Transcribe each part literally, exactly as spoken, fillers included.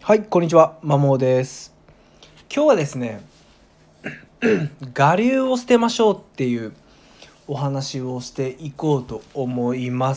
はい、こんにちは、まもです。今日はですね、我流を捨てましょうっていうお話をしていこうと思います。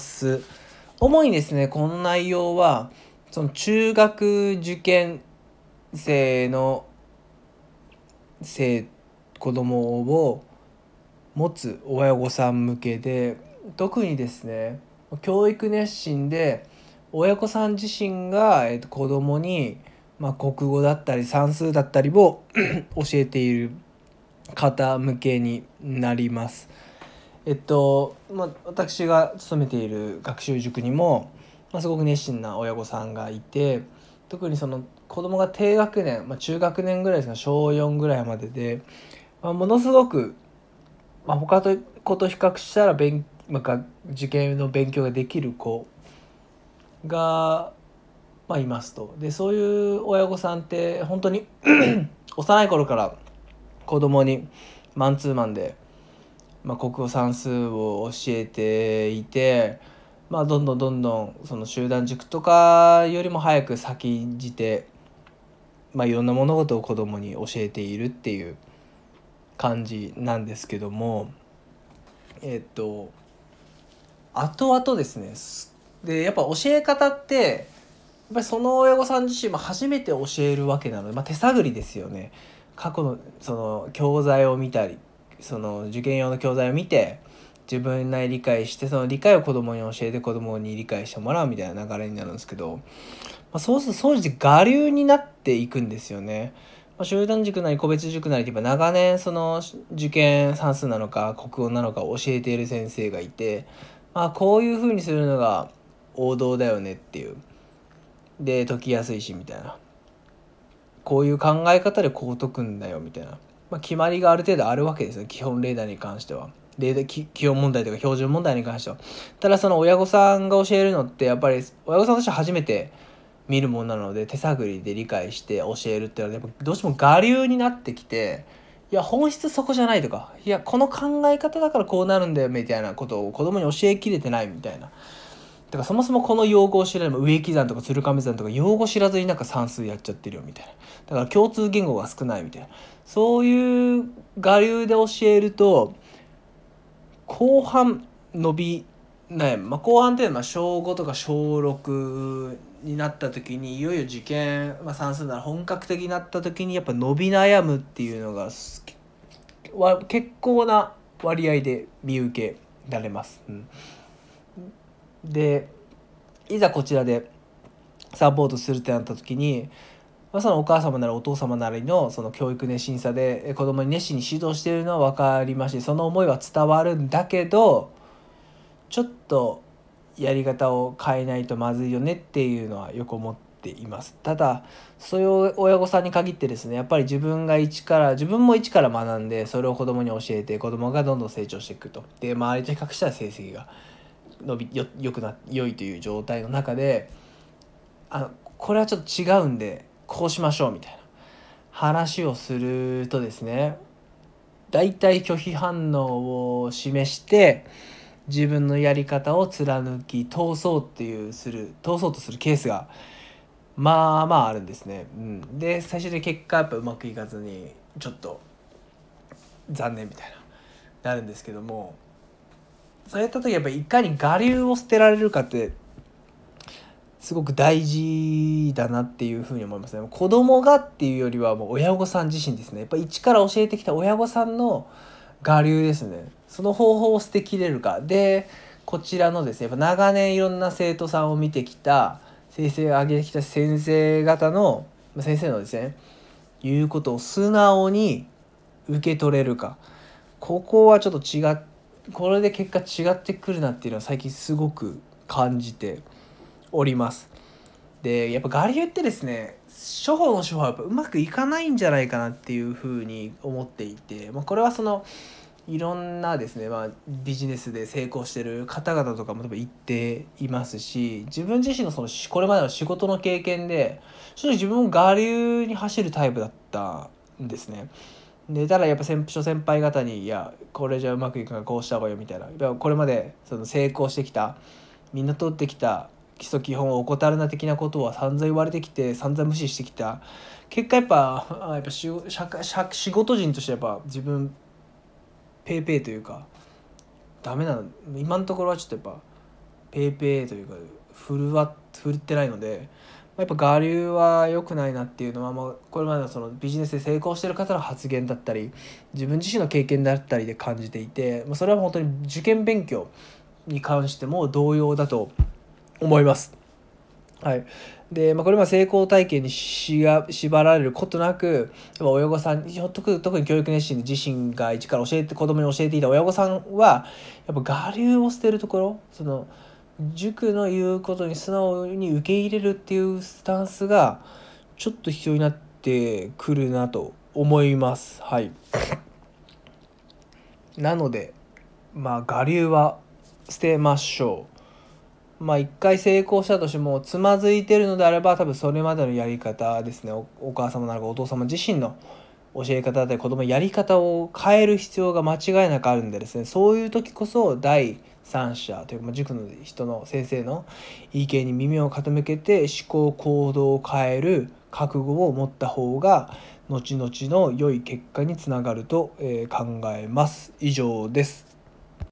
主にですね、この内容は、その中学受験生の生子供を持つ親御さん向けで、特にですね、教育熱心で親御さん自身が、えー、と子供に、まあ、国語だったり算数だったりを教えている方向けになります。えっと、まあ、私が勤めている学習塾にも、まあ、すごく熱心な親御さんがいて、特にその子供が低学年、まあ、中学年ぐらいですか、しょうよんぐらいまでで、まあ、ものすごく、まあ、他と子と比較したら勉、まあ、受験の勉強ができる子が、まあ、いますと。でそういう親御さんって本当に幼い頃から子供にマンツーマンで、まあ、国語算数を教えていて、まあ、どんどんどんどんその集団塾とかよりも早く先んじて、まあ、いろんな物事を子供に教えているっていう感じなんですけども、えっと後々ですね、でやっぱ教え方ってやっぱりその親御さん自身も初めて教えるわけなので、まあ、手探りですよね。過去のその教材を見たり、その受験用の教材を見て自分なり理解して、その理解を子供に教えて子供に理解してもらうみたいな流れになるんですけど、まあ、そうすると総じて我流になっていくんですよね。まあ、集団塾なり個別塾なりってやっぱ長年その受験算数なのか国語なのかを教えている先生がいて、まあ、こういう風にするのが王道だよねっていう、で解きやすいしみたいな、こういう考え方でこう解くんだよみたいな、まあ、決まりがある程度あるわけですよ、基本例題に関しては。例題基本問題とか標準問題に関しては。ただその親御さんが教えるのってやっぱり親御さんとしては初めて見るものなので、手探りで理解して教えるっていうのはやっぱどうしても我流になってきて、いや本質そこじゃないとか、いやこの考え方だからこうなるんだよみたいなことを子供に教えきれてないみたいな。だからそもそもこの用語を知らない、植木算とか鶴亀算とか用語知らずになんか算数やっちゃってるよみたいな。だから共通言語が少ないみたいな。そういう我流で教えると後半伸びない、まあ、後半っていうのは小ごとか小ろくになった時にいよいよ受験、まあ、算数なら本格的になった時にやっぱ伸び悩むっていうのがわ結構な割合で見受けられます。うん、でいざこちらでサポートするってなった時に、まあ、そのお母様ならお父様なりのその教育熱心さで子供に熱心に指導しているのは分かりますし、その思いは伝わるんだけど、ちょっとやり方を変えないとまずいよねっていうのはよく思っています。ただそういう親御さんに限ってですね、やっぱり自分が一から自分も一から学んでそれを子供に教えて子供がどんどん成長していくと、で周りと比較したら成績が伸びよよくな良いという状態の中で、あのこれはちょっと違うんでこうしましょうみたいな話をするとですね、だいたい拒否反応を示して自分のやり方を貫き通そうっていうする通そうとするケースがまあまああるんですね。うん、で最終的に結果やっぱうまくいかずにちょっと残念みたいななるんですけども、そういった時やっぱりいかに我流を捨てられるかってすごく大事だなっていうふうに思いますね。子供がっていうよりはもう親御さん自身ですね。やっぱ一から教えてきた親御さんの我流ですね。その方法を捨てきれるかで、こちらのですね、やっぱ長年いろんな生徒さんを見てきた先生が挙げてきた先生方の先生のですね言うことを素直に受け取れるか、ここはちょっと違っこれで結果違ってくるなっていうのは最近すごく感じております。でやっぱ我流ってですね、処方の処方はやっぱうまくいかないんじゃないかなっていうふうに思っていて、まあ、これはそのいろんなですね、まあ、ビジネスで成功してる方々とかも多分言っていますし、自分自身のそのこれまでの仕事の経験で正直自分も我流に走るタイプだったんですね。でただやっぱ先諸先輩方に「いやこれじゃうまくいくからこうした方がいいよ」みたいな、やっぱこれまでその成功してきたみんな通ってきた基礎基本を怠るな的なことは散々言われてきて散々無視してきた結果、やっぱやっぱ仕社社仕事人としてやっぱ自分ペイペイというかダメなの。今のところはちょっとやっぱペイペイというか振るわ振るってないので、やっぱ我流は良くないなっていうのは、まあ、これまでのそのビジネスで成功している方の発言だったり自分自身の経験だったりで感じていて、まあ、それは本当に受験勉強に関しても同様だと思います。はいでまあ、これは成功体験にしが縛られることなく、やっぱ親御さん特特に教育熱心で自身が一から教えて子供に教えていた親御さんはやっぱ我流を捨てるところ、その塾の言うことに素直に受け入れるっていうスタンスがちょっと必要になってくるなと思います。はいなのでまあ我流は捨てましょう。まあ一回成功したとしてもつまずいてるのであれば多分それまでのやり方ですね、 お, お母様なのかお父様自身の教え方だったり子供のやり方を変える必要が間違いなくあるんでですね、そういう時こそ第三者というか塾の人の先生の意見に耳を傾けて思考行動を変える覚悟を持った方が後々の良い結果につながると考えます。以上です。